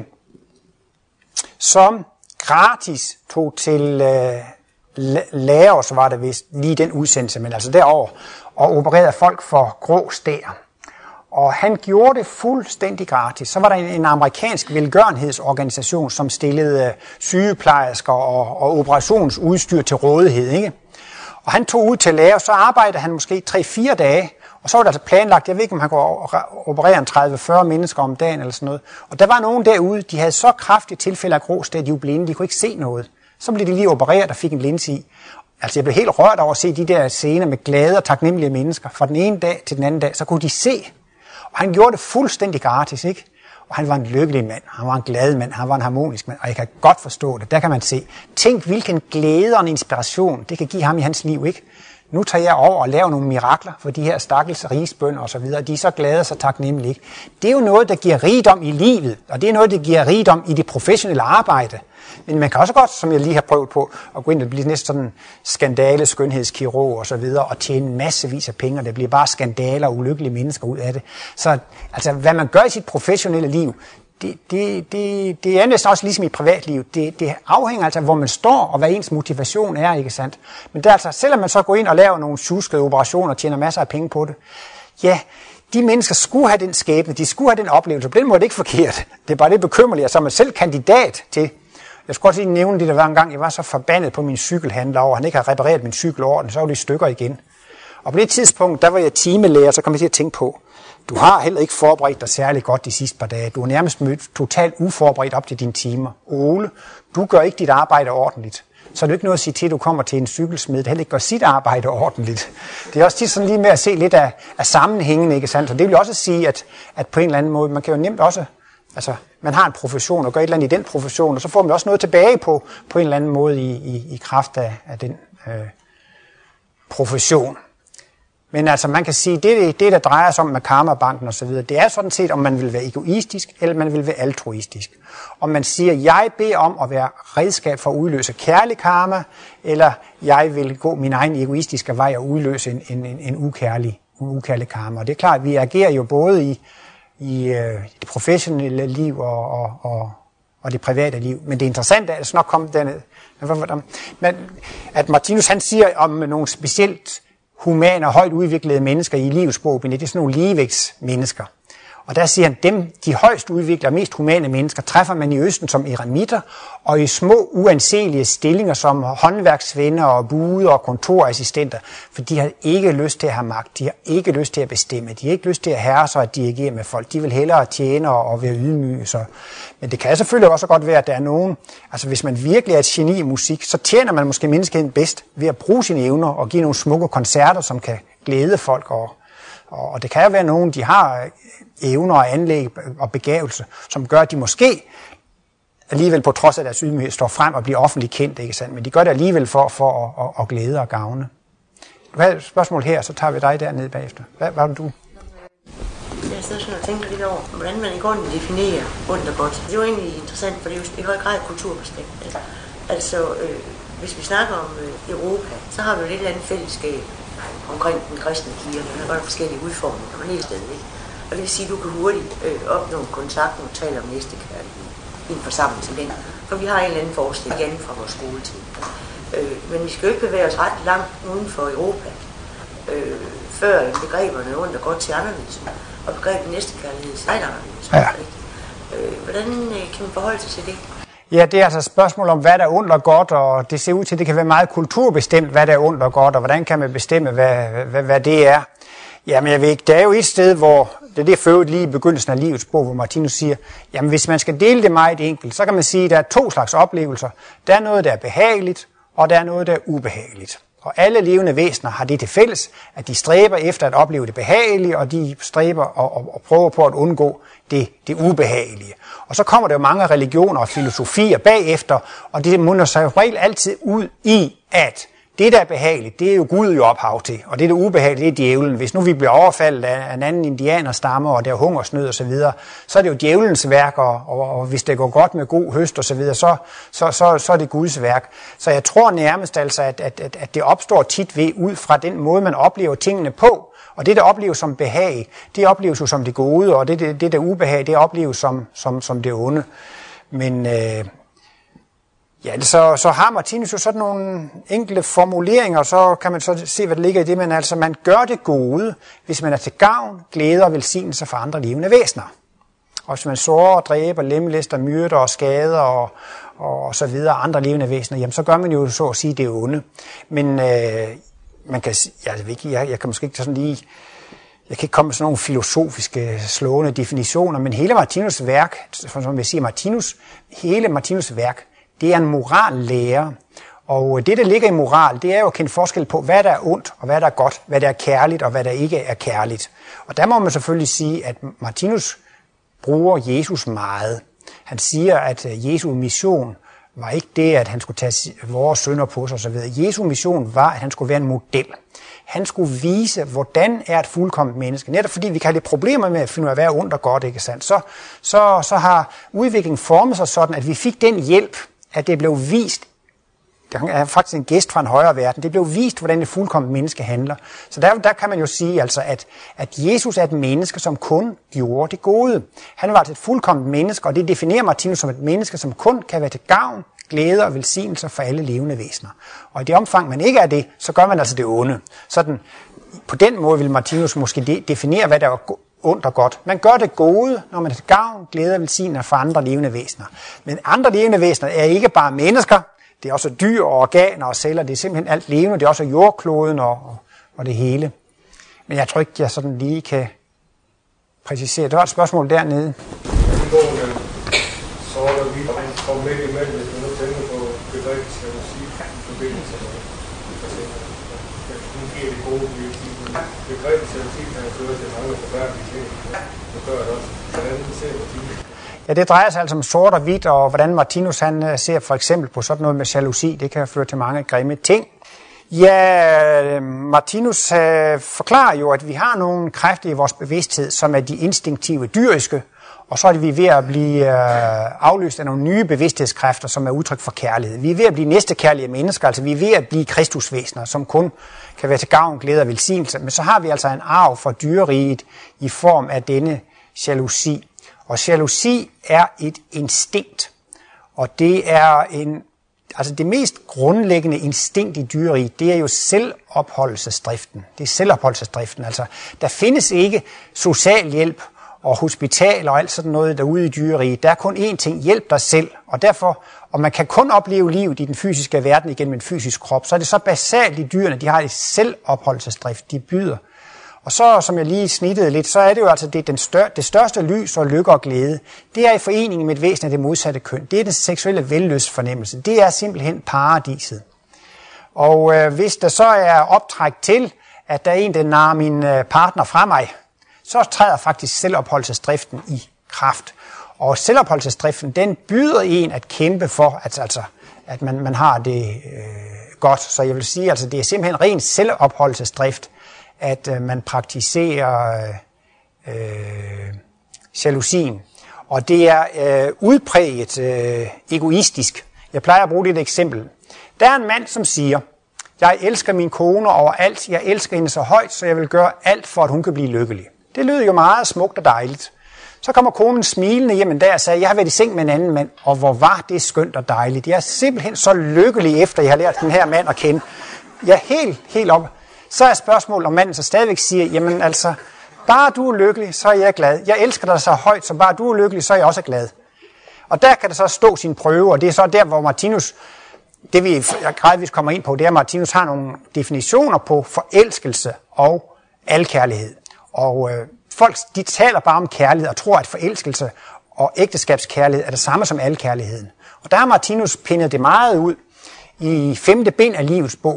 som gratis tog til øh, Laos, var det vist lige den udsendelse, men altså derover, og opererede folk for grå stær. Og han gjorde det fuldstændig gratis. Så var der en, en amerikansk velgørenhedsorganisation, som stillede sygeplejersker og, og operationsudstyr til rådighed. Ikke? Og han tog ud til Laos, så arbejdede han måske tre fire dage, og så var der altså planlagt, jeg ved ikke, om han kunne operere en tredive til fyrre mennesker om dagen eller sådan noget. Og der var nogen derude, de havde så kraftigt tilfælde af grå stær, de var blinde, de kunne ikke se noget. Så blev de lige opereret og fik en linse i. Altså jeg blev helt rørt over at se de der scener med glade og taknemmelige mennesker. Fra den ene dag til den anden dag, så kunne de se. Og han gjorde det fuldstændig gratis, ikke? Og han var en lykkelig mand, han var en glad mand, han var en harmonisk mand, og jeg kan godt forstå det. Der kan man se, tænk hvilken glæde og en inspiration, det kan give ham i hans liv, ikke? Nu tager jeg over og laver nogle mirakler for de her stakkels rigsbønder og så videre. De er så glade og så taknemmelige, ikke? Det er jo noget, der giver rigdom i livet, og det er noget, der giver rigdom i det professionelle arbejde. Men man kan også godt, som jeg lige har prøvet på, at gå ind og blive næsten sådan skandale, skønhedskirurg og så videre, og tjene massevis af penge, og det bliver bare skandaler og ulykkelige mennesker ud af det. Så altså, hvad man gør i sit professionelle liv, det, det, det, det er næsten også ligesom i privatliv. Det, det afhænger altså, hvor man står, og hvad ens motivation er, ikke sandt? Men det er altså, selvom man så går ind og laver nogle sjuskede operationer og tjener masser af penge på det, ja, de mennesker skulle have den skæbne, de skulle have den oplevelse. På den måde er det ikke forkert. Det er bare det bekymrende, at så er man selv kandidat til. Jeg skulle også lige nævne det, der var en gang, jeg var så forbandet på min cykelhandler over, han ikke har repareret min cykel over den, så var det i stykker igen. Og på det tidspunkt, der var jeg timelærer, så kom jeg til at tænke på, du har heller ikke forberedt dig særlig godt de sidste par dage. Du er nærmest mødt totalt uforberedt op til dine timer. Ole, du gør ikke dit arbejde ordentligt. Så er det ikke noget at sige til, at du kommer til en cykelsmed, der heller ikke gør sit arbejde ordentligt. Det er også tit sådan lige med at se lidt af, af sammenhængen, ikke sandt? Og det vil også sige, at, at på en eller anden måde, man kan jo nemt også, altså man har en profession og gør et eller andet i den profession, og så får man også noget tilbage på, på en eller anden måde i, i, i kraft af, af den øh, profession. Men altså man kan sige, det, det der drejer sig om med karmabanken osv., det er sådan set, om man vil være egoistisk, eller man vil være altruistisk. Om man siger, jeg beder om at være redskab for at udløse kærlig karma, eller jeg vil gå min egen egoistiske vej og udløse en, en, en, en ukærlig, ukærlig karma. Og det er klart, at vi agerer jo både i, i øh, det professionelle liv og, og, og, og det private liv. Men det interessante er, at det nok kommer derned. Men at Martinus han siger om nogle specielt humane og højt udviklede mennesker i livets bog, det er sådan nogle ligevægtsmennesker. Og der siger han, dem, de højst udviklede og mest humane mennesker, træffer man i Østen som eremitter, og i små uanselige stillinger som håndværksvenner og bude og kontorassistenter, for de har ikke lyst til at have magt, de har ikke lyst til at bestemme, de har ikke lyst til at herre sig og dirigere med folk, de vil hellere tjene og være ydmyge. Så. Men det kan selvfølgelig også godt være, at der er nogen, altså hvis man virkelig er et geni i musik, så tjener man måske menneskeheden bedst ved at bruge sine evner og give nogle smukke koncerter, som kan glæde folk. Og, og det kan jo være nogen, de har evner og anlæg og begævelse, som gør, at de måske alligevel på trods af deres ydmyghed står frem og bliver offentligt kendt, ikke sandt? Men de gør det alligevel for, for at, at, at glæde og gavne. Du har et spørgsmål her, så tager vi dig dernede bagefter. Hvad var det du? Jeg sidder sådan og tænker lidt over, hvordan man i grunden definerer ondt og godt. Det er jo egentlig interessant, for det er jo i høj grad kulturbestemt. Altså, øh, hvis vi snakker om øh, Europa, så har vi jo et eller andet fællesskab omkring den kristne kirke. Der er godt forskellige udformninger, men helt stadig, ikke? Og det vil sige, at du kan hurtigt øh, opnå kontakt, når du taler om næstekærlighed i en forsamling som den. For vi har en eller anden forestilling igen fra vores skoletid. Øh, men vi skal jo ikke bevæge os ret langt uden for Europa, øh, før begreberne ondt og godt til anderledes. Og begrebet næstekærlighed er anderledes. Ja. Øh, hvordan øh, kan man forholde sig til det? Ja, det er altså et spørgsmål om, hvad der er ondt og godt, og det ser ud til, at det kan være meget kulturbestemt, hvad der er ondt og godt, og hvordan kan man bestemme, hvad, hvad, hvad det er. Jamen jeg ved ikke, der er jo et sted, hvor, det er det for øvrigt lige i begyndelsen af livets bog, hvor Martinus siger, jamen hvis man skal dele det meget enkelt, så kan man sige, at der er to slags oplevelser. Der er noget, der er behageligt, og der er noget, der er ubehageligt. Og alle levende væsener har det til fælles, at de stræber efter at opleve det behagelige, og de stræber og, og, og prøver på at undgå det, det ubehagelige. Og så kommer der jo mange religioner og filosofier bagefter, og det munder sig jo regel altid ud i, at det, der er behageligt, det er jo Gud jo ophav til, og det, der er ubehageligt, det er djævlen. Hvis nu vi bliver overfaldet af en anden indianerstamme, og der er hungersnød osv., så, så er det jo djævelens værk, og, og, og hvis det går godt med god høst osv., så, så, så, så er det Guds værk. Så jeg tror nærmest altså, at, at, at, at det opstår tit ved ud fra den måde, man oplever tingene på, og det, der opleves som behag, det opleves jo som det gode, og det, det, det der ubehag, det opleves som, som, som det onde. Men øh, ja, så, så har Martinus jo sådan nogle enkelte formuleringer, og så kan man så se, hvad der ligger i det, men altså man gør det gode, hvis man er til gavn, glæder og velsignelse for andre levende væsener. Og hvis man sårer, dræber, lemlæster, myrder og skader og, og så videre andre levende væsener, jamen så gør man jo så at sige det onde. Men øh, man kan, jeg, jeg, jeg, jeg kan måske ikke sådan lige, jeg kan ikke komme med sådan nogle filosofiske slående definitioner, men hele Martinus' værk, som jeg siger Martinus, hele Martinus' værk, det er en morallære, og det, der ligger i moral, det er jo at kende forskel på, hvad der er ondt, og hvad der er godt, hvad der er kærligt, og hvad der ikke er kærligt. Og der må man selvfølgelig sige, at Martinus bruger Jesus meget. Han siger, at Jesu mission var ikke det, at han skulle tage vores synder på sig osv. Jesu mission var, at han skulle være en model. Han skulle vise, hvordan er et fuldkomment menneske. Netop fordi vi kan have lidt problemer med at finde ud af, hvad er ondt og godt, ikke sandt? Så, så, så har udviklingen formet sig sådan, at vi fik den hjælp, at det blev vist, der er faktisk en gæst fra en højere verden, det blev vist, hvordan et fuldkomment menneske handler. Så der, der kan man jo sige, altså, at, at Jesus er et menneske, som kun gjorde det gode. Han var et fuldkomment menneske, og det definerer Martinus som et menneske, som kun kan være til gavn, glæde og velsignelse for alle levende væsener. Og i det omfang, man ikke er det, så gør man altså det onde. Sådan, på den måde vil Martinus måske de, definere, hvad der er ondt og godt. Man gør det gode, når man er til gavn, glæde og velsignelse for andre levende væsener. Men andre levende væsener er ikke bare mennesker, det er også dyr og organer og celler, det er simpelthen alt levende, det er også jordkloden og, og, og det hele. Men jeg tror ikke, jeg sådan lige kan præcisere. Der var et spørgsmål dernede. Så er der lige komme med imellem, hvis man nu tænker på begrebet jalousi i forbindelse med nu giver det gode liv. Begrebet jalousi kan jo føre til mange forfærdelige ting. Det gør det også. Hvordan ser Martinus? Ja, det drejer sig altså om sort og hvidt, og hvordan Martinus han ser for eksempel på sådan noget med jalousi. Det kan føre til mange grimme ting. Ja, Martinus øh, forklarer jo, at vi har nogle kræfter i vores bevidsthed, som er de instinktive dyriske, og så er vi ved at blive øh, afløst af nogle nye bevidsthedskræfter, som er udtryk for kærlighed. Vi er ved at blive næstekærlige mennesker, altså vi er ved at blive kristusvæsener, som kun kan være til gavn, glæde og velsignelse. Men så har vi altså en arv fra dyreriget i form af denne jalousi. Og jalousi er et instinkt, og det er en, altså det mest grundlæggende instinkt i dyreriget, det er jo selvopholdelsesdriften. Det er selvopholdelsesdriften, altså der findes ikke socialhjælp og hospital og alt sådan noget derude i dyreriget. Der er kun én ting, hjælp dig selv, og derfor, og man kan kun opleve livet i den fysiske verden igennem en fysisk krop, så er det så basalt i dyrene, de har et selvopholdelsesdrift, de byder. Og så, som jeg lige snittede lidt, så er det jo altså det, den stør, det største lys og lykke og glæde. Det er i forening med et væsen af det modsatte køn. Det er den seksuelle vellystfornemmelse. Det er simpelthen paradiset. Og øh, hvis der så er optræk til, at der er en, der narrer min øh, partner fra mig, så træder faktisk selvopholdelsesdriften i kraft. Og selvopholdelsesdriften, den byder en at kæmpe for, at, altså, at man, man har det øh, godt. Så jeg vil sige, altså det er simpelthen ren selvopholdelsesdrift, at øh, man praktiserer øh, øh, jalousien. Og det er øh, udpræget øh, egoistisk. Jeg plejer at bruge det et eksempel. Der er en mand, som siger, jeg elsker min kone overalt, jeg elsker hende så højt, så jeg vil gøre alt for, at hun kan blive lykkelig. Det lyder jo meget smukt og dejligt. Så kommer konen smilende hjem en dag og sagde, jeg har været i seng med en anden mand, og hvor var det skønt og dejligt. Jeg er simpelthen så lykkelig efter, jeg har lært den her mand at kende. Jeg er helt, helt op. Så er spørgsmålet, om manden så stadigvæk siger, jamen altså, bare du er lykkelig, så er jeg glad. Jeg elsker dig så højt, så bare du er lykkelig, så er jeg også glad. Og der kan der så stå sin prøve, og det er så der, hvor Martinus, det vi gradvist kommer ind på, det er, at Martinus har nogle definitioner på forelskelse og alkærlighed. Og øh, folk, de taler bare om kærlighed og tror, at forelskelse og ægteskabskærlighed er det samme som alkærligheden. Og der har Martinus pindet det meget ud i femte bind af livets bog.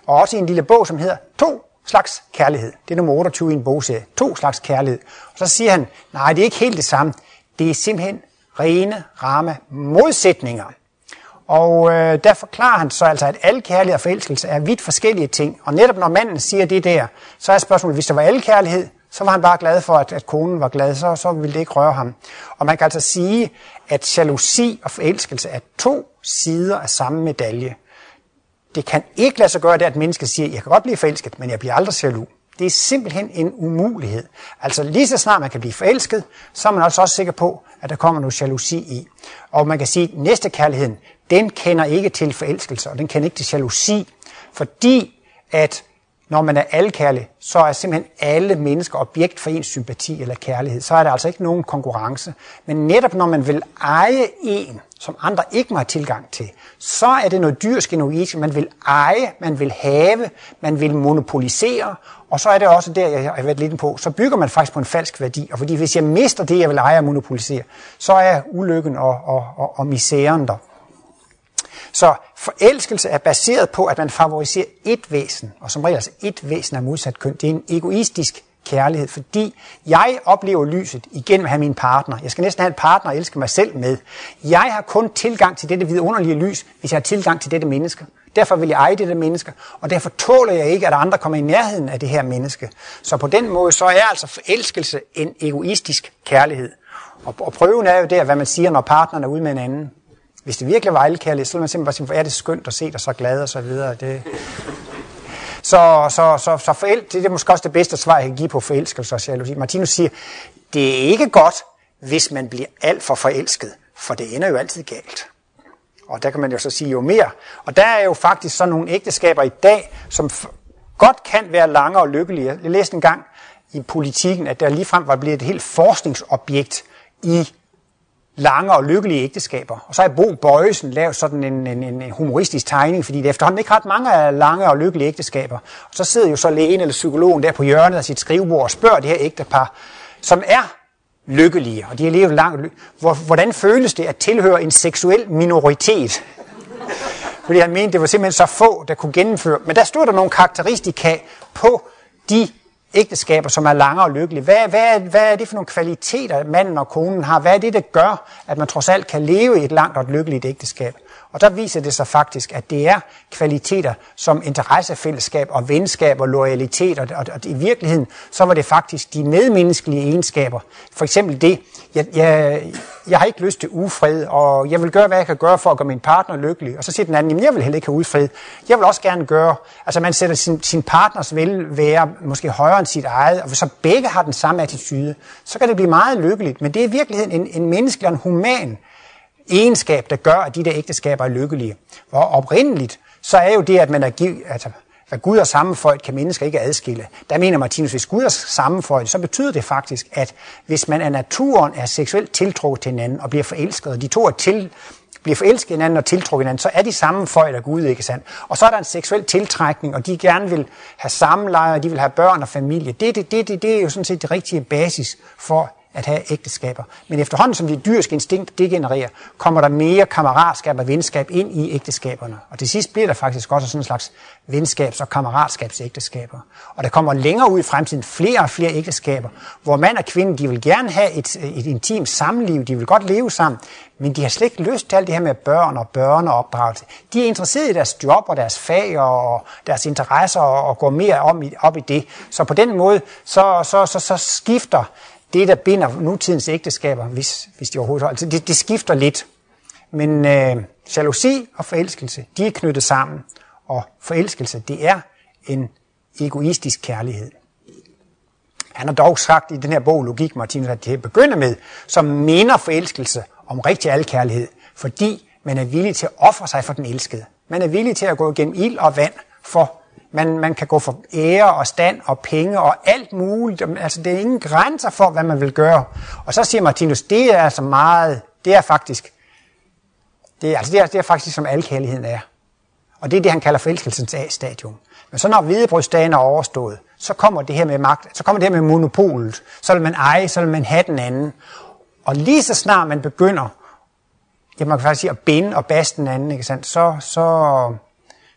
og også i en lille bog, som hedder To slags kærlighed. Det er nummer otteogtyve i en bogserie. To slags kærlighed. Og så siger han, nej, det er ikke helt det samme. Det er simpelthen rene, ramme modsætninger. Og øh, der forklarer han så altså, at al kærlighed og forelskelse er vidt forskellige ting. Og netop når manden siger det der, så er spørgsmålet, hvis der var al kærlighed, så var han bare glad for, at, at konen var glad, så, så ville det ikke røre ham. Og man kan altså sige, at jalousi og forelskelse er to sider af samme medalje. Det kan ikke lade sig gøre det, at mennesket siger, jeg kan godt blive forelsket, men jeg bliver aldrig jaloux. Det er simpelthen en umulighed. Altså lige så snart man kan blive forelsket, så er man altså også sikker på, at der kommer noget jalousi i. Og man kan sige, at næstekærligheden, den kender ikke til forelskelse, og den kender ikke til jalousi, fordi at når man er alkærlig, så er simpelthen alle mennesker objekt for ens sympati eller kærlighed. Så er der altså ikke nogen konkurrence. Men netop når man vil eje en, som andre ikke må have tilgang til, så er det noget dyrsk egoistisk. Man vil eje, man vil have, man vil monopolisere, og så er det også der, jeg har været lidt på, så bygger man faktisk på en falsk værdi. Og fordi hvis jeg mister det, jeg vil eje og monopolisere, så er ulykken og, og, og, og misæren der. Så forelskelse er baseret på, at man favoriserer ét væsen, og som regel altså ét væsen af modsat køn. Det er en egoistisk kærlighed, fordi jeg oplever lyset igennem at have min partner. Jeg skal næsten have en partner og elske mig selv med. Jeg har kun tilgang til dette vidunderlige lys, hvis jeg har tilgang til dette menneske. Derfor vil jeg eje dette menneske, og derfor tåler jeg ikke, at andre kommer i nærheden af det her menneske. Så på den måde, så er altså forelskelse en egoistisk kærlighed. Og, og prøven er jo der, hvad man siger, når partneren er ude med en anden. Hvis det virkelig var alkærlighed, så ville man simpelthen bare sige, hvor er det skønt at se dig så glad og så videre. Det... Så, så, så, så forel... det er måske også det bedste svar, jeg kan give på forelskelse og jalousi. Martinus siger, det er ikke godt, hvis man bliver alt for forelsket, for det ender jo altid galt. Og der kan man jo så sige jo mere. Og der er jo faktisk sådan nogle ægteskaber i dag, som godt kan være lange og lykkelige. Jeg læste en gang i Politikken, at der ligefrem var blevet et helt forskningsobjekt i lange og lykkelige ægteskaber. Og så har Bo Bøjesen lavet sådan en, en, en humoristisk tegning, fordi det efterhånden ikke ret mange af lange og lykkelige ægteskaber. Og så sidder jo så lægen eller psykologen der på hjørnet af sit skrivebord og spørger det her ægtepar, som er lykkelige, og de har levet langt lykke. Hvordan føles det at tilhøre en seksuel minoritet? Fordi han mente, det var simpelthen så få, der kunne gennemføre. Men der stod der nogle karakteristika på de ægteskaber, som er lange og lykkelige. Hvad, hvad, hvad er det for nogle kvaliteter, manden og konen har? Hvad er det, der gør, at man trods alt kan leve i et langt og et lykkeligt ægteskab? Og der viser det sig faktisk, at det er kvaliteter som interessefællesskab og venskab og loyalitet. Og, og, og i virkeligheden, så var det faktisk de medmenneskelige egenskaber. For eksempel det, jeg, jeg, jeg har ikke lyst til ufred, og jeg vil gøre, hvad jeg kan gøre for at gøre min partner lykkelig. Og så siger den anden, jamen jeg vil heller ikke have ufred. Jeg vil også gerne gøre, altså man sætter sin, sin partners velvære måske højere end sit eget, og hvis så begge har den samme attitude, så kan det blive meget lykkeligt. Men det er i virkeligheden en, en menneskelig og en human egenskab, der gør, at de der ægteskaber er lykkelige. Og oprindeligt, så er jo det, at man er giv, altså, at Gud og sammenføjet kan mennesker ikke adskille. Der mener Martinus, hvis Gud er sammenføjet, så betyder det faktisk, at hvis man af naturen er seksuelt tiltrukket til hinanden og bliver forelsket, og de to er til, bliver forelsket hinanden og tiltrukket hinanden, så er de sammenføjet af Gud, ikke sandt? Og så er der en seksuel tiltrækning, og de gerne vil have samleje, og de vil have børn og familie. Det, det, det, det, det er jo sådan set det rigtige basis for at have ægteskaber. Men efterhånden, som det dyriske instinkt degenererer, kommer der mere kammeratskab og venskab ind i ægteskaberne. Og til sidst bliver der faktisk også sådan en slags venskabs- og kammeratskabsægteskaber. Og der kommer længere ud i fremtiden flere og flere ægteskaber, hvor mand og kvinde, de vil gerne have et, et intimt samliv, de vil godt leve sammen, men de har slet ikke lyst til alt det her med børn og børneopdragelse. De er interesseret i deres job og deres fag og deres interesser og går mere om i, op i det. Så på den måde, så, så, så, så skifter det, der binder nutidens ægteskaber, hvis, hvis de overhovedet altså det, det skifter lidt. Men øh, jalousi og forelskelse, de er knyttet sammen. Og forelskelse, det er en egoistisk kærlighed. Han har dog sagt i den her bog, Logik, Martinus, at det begynder med, som minder forelskelse om rigtig alkærlighed, fordi man er villig til at ofre sig for den elskede. Man er villig til at gå igennem ild og vand for Man, man kan gå for ære og stand og penge og alt muligt. Altså, det er ingen grænser for, hvad man vil gøre. Og så siger Martinus, det er altså meget, det er faktisk, det er, altså det er, det er faktisk som alkærligheden er. Og det er det, han kalder forelskelsens A-stadium. Men så når hvidebrødsdagen er overstået, så kommer det her med magt, så kommer det her med monopolet. Så vil man eje, så vil man have den anden. Og lige så snart man begynder, ja, man kan faktisk sige, at binde og baste den anden, ikke sandt, så, så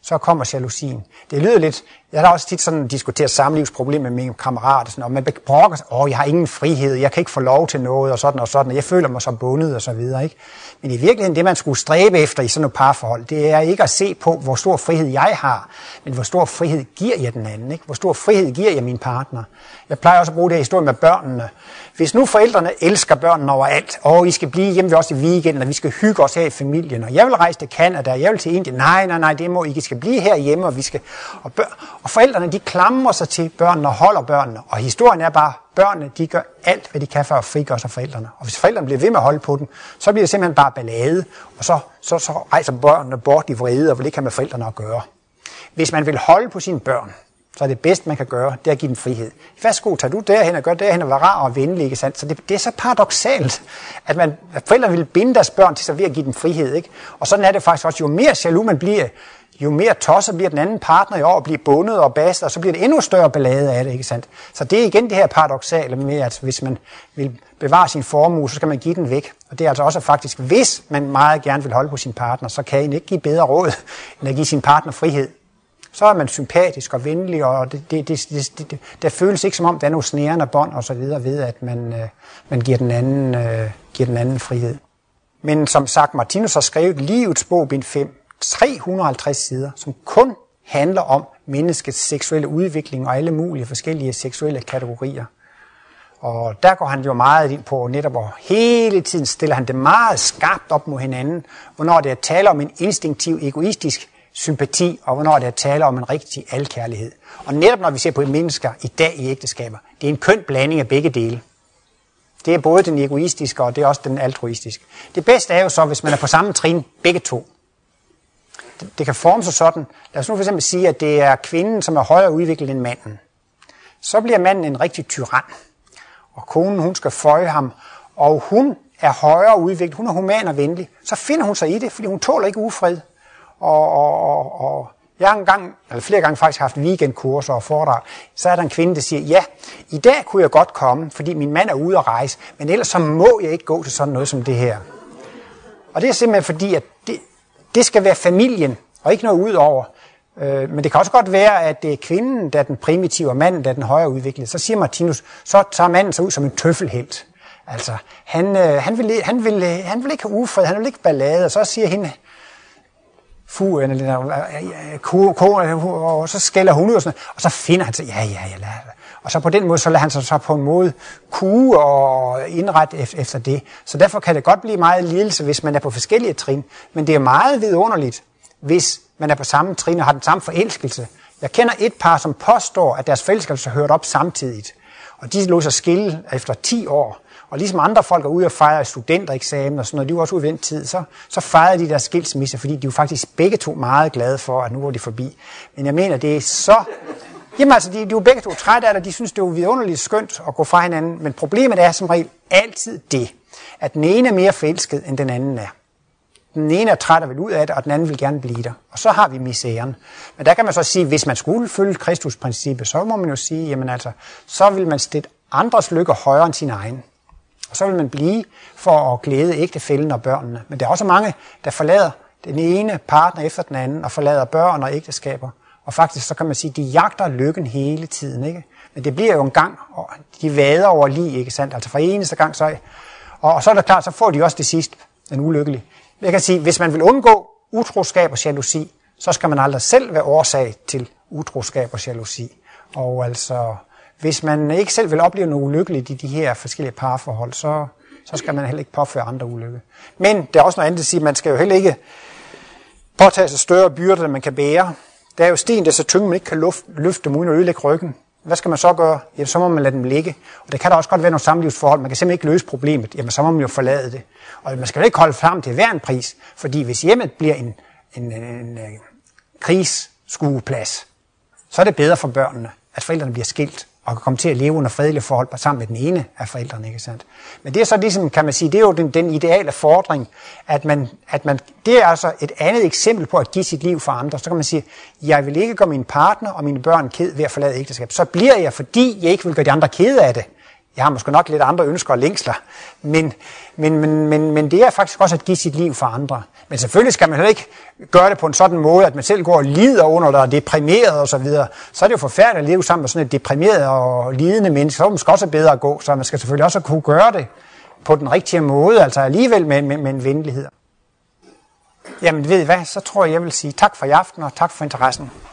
så kommer jalousien. Det lyder lidt, jeg har også tit sådan diskuteret samlivsproblemer med mine kammerater, sådan, og man brokker sig, åh, jeg har ingen frihed, jeg kan ikke få lov til noget, og sådan og sådan, og jeg føler mig så bundet, og så videre, ikke? Men i virkeligheden, det man skulle stræbe efter i sådan et parforhold, det er ikke at se på, hvor stor frihed jeg har, men hvor stor frihed giver jeg den anden, ikke? Hvor stor frihed giver jeg min partner. Jeg plejer også at bruge det her historie med børnene. Hvis nu forældrene elsker børnene overalt, og I skal blive hjemme ved os i weekenden, og vi skal hygge os her i familien, og jeg vil rejse til Canada, jeg vil til Indien, nej, nej, nej, det må I, I skal blive herhjemme, og vi skal... Og, bør... og forældrene, de klamrer sig til børnene og holder børnene, og historien er bare, børnene, de gør alt, hvad de kan for at frigøre sig forældrene. Og hvis forældrene bliver ved med at holde på dem, så bliver det simpelthen bare ballade, og så, så, så rejser børnene bort i vrede, og vil ikke have med forældrene at gøre. Hvis man vil holde på sine børn, så er det bedste, man kan gøre, det er at give dem frihed. Værsgo, tag du derhen og gør derhen og være rar og venlig, ikke sandt? Så det, det er så paradoksalt, at, man, at forældrene vil binde deres børn til sig ved at give dem frihed, ikke? Og sådan er det faktisk også, jo mere jaloux man bliver, jo mere tosset bliver den anden partner i år og bliver bundet og bastet, og så bliver det endnu større ballade af det, ikke sandt? Så det er igen det her paradoksale med, at hvis man vil bevare sin formue, så skal man give den væk. Og det er altså også faktisk, hvis man meget gerne vil holde på sin partner, så kan I ikke give bedre råd, end at give sin partner frihed. Så er man sympatisk og venlig, og det, det, det, det, det, det føles ikke som om, der er nogle snærende bånd og så videre ved, at man, øh, man giver, den anden, øh, giver den anden frihed. Men som sagt, Martinus har skrevet Livets bog, bind fem, tre hundrede og halvtreds sider, som kun handler om menneskets seksuelle udvikling og alle mulige forskellige seksuelle kategorier. Og der går han jo meget ind på netop, og hele tiden stiller han det meget skarpt op mod hinanden, hvornår det er tale om en instinktiv, egoistisk sympati, og hvornår det er tale om en rigtig alkærlighed. Og netop når vi ser på mennesker i dag i ægteskaber, det er en køn blanding af begge dele. Det er både den egoistiske, og det er også den altruistiske. Det bedste er jo så, hvis man er på samme trin, begge to. Det, det kan forme sig sådan. Lad os nu for eksempel sige, at det er kvinden, som er højere udviklet end manden. Så bliver manden en rigtig tyran. Og konen, hun skal føje ham, og hun er højere udviklet, hun er human og venlig. Så finder hun sig i det, fordi hun tåler ikke ufred. Og, og, og, og jeg har en gang, eller flere gange faktisk haft weekendkurser og foredrag, så er der en kvinde, der siger, ja, i dag kunne jeg godt komme, fordi min mand er ude at rejse, men ellers så må jeg ikke gå til sådan noget som det her. Og det er simpelthen fordi, at det, det skal være familien, og ikke noget ud over. Øh, men det kan også godt være, at det er kvinden, der er den primitive, og manden, der er den højere udviklede. Så siger Martinus, så tager manden sig ud som en tøffelhelt. Altså, han, øh, han, vil, han, vil, han vil ikke have ufred, han vil ikke ballade, og så siger hende, fuen, eller og så skælder hun ud, og, sådan, og så finder han sig, ja, ja, ja, lad det. Og så på den måde, så lader han sig så på en måde kue og indrette efter det. Så derfor kan det godt blive meget lidelse, hvis man er på forskellige trin. Men det er meget vidunderligt, hvis man er på samme trin og har den samme forelskelse. Jeg kender et par, som påstår, at deres forelskelse har hørt op samtidigt. Og de lå sig skille efter ti år. Og ligesom andre folk er ude og fejre studentereksamen og sådan noget, de var også ude ved den tid, så, så fejrede de deres skilsmisse, fordi de var faktisk begge to meget glade for, at nu var de forbi. Men jeg mener, det er så... Jamen altså, de, de var begge to trætte af det, de synes, det var vidunderligt skønt at gå fra hinanden. Men problemet er som regel altid det, at den ene er mere forelsket, end den anden er. Den ene er træt og vil ud af det, og den anden vil gerne blive der. Og så har vi misæren. Men der kan man så sige, hvis man skulle følge Kristusprincippet, så må man jo sige, jamen altså, så vil man stille andres lykke højere end sin egen. Og så vil man blive for at glæde ægtefællen og børnene. Men der er også mange, der forlader den ene partner efter den anden, og forlader børn og ægteskaber. Og faktisk så kan man sige, at de jagter lykken hele tiden, ikke? Men det bliver jo en gang, og de vader over lige, ikke sandt? Altså fra eneste gang, så... Og, og så er det klart, så får de også det sidste, den ulykkelige. Jeg kan sige, hvis man vil undgå utroskab og jalousi, så skal man aldrig selv være årsag til utroskab og jalousi. Og altså... Hvis man ikke selv vil opleve noget ulykkeligt i de her forskellige parforhold, så, så skal man heller ikke påføre andre ulykke. Men der er også noget andet at sige, at man skal jo heller ikke påtage sig større byrder, end man kan bære. Der er jo sten, der er så tunge, man ikke kan luft, løfte dem uden at ødelægge ryggen. Hvad skal man så gøre? Jamen, så må man lade dem ligge. Og det kan da også godt være nogle samlivsforhold. Man kan simpelthen ikke løse problemet. Jamen, så må man jo forlade det. Og man skal jo ikke holde frem til hver en pris. Fordi hvis hjemmet bliver en, en, en, en krigsskueplads, så er det bedre for børnene, at forældrene bliver skilt og kan komme til at leve under fredelige forhold sammen med den ene af forældrene, ikke sandt? Men det er så ligesom, kan man sige, det er jo den, den ideale fordring, at man, at man, det er altså et andet eksempel på at give sit liv for andre. Så kan man sige, jeg vil ikke gøre min partner og mine børn ked ved at forlade ægteskab. Så bliver jeg, fordi jeg ikke vil gøre de andre kede af det. Jeg har måske nok lidt andre ønsker og længsler, men, men, men, men, men det er faktisk også at give sit liv for andre. Men selvfølgelig skal man heller ikke gøre det på en sådan måde, at man selv går og lider under det og er deprimeret og så videre. Så er det jo forfærdeligt at leve sammen med sådan et deprimeret og lidende menneske. Så er det måske også bedre at gå, så man skal selvfølgelig også kunne gøre det på den rigtige måde, altså alligevel med, med, med en venlighed. Jamen ved I hvad, så tror jeg, jeg vil sige tak for i aften og tak for interessen.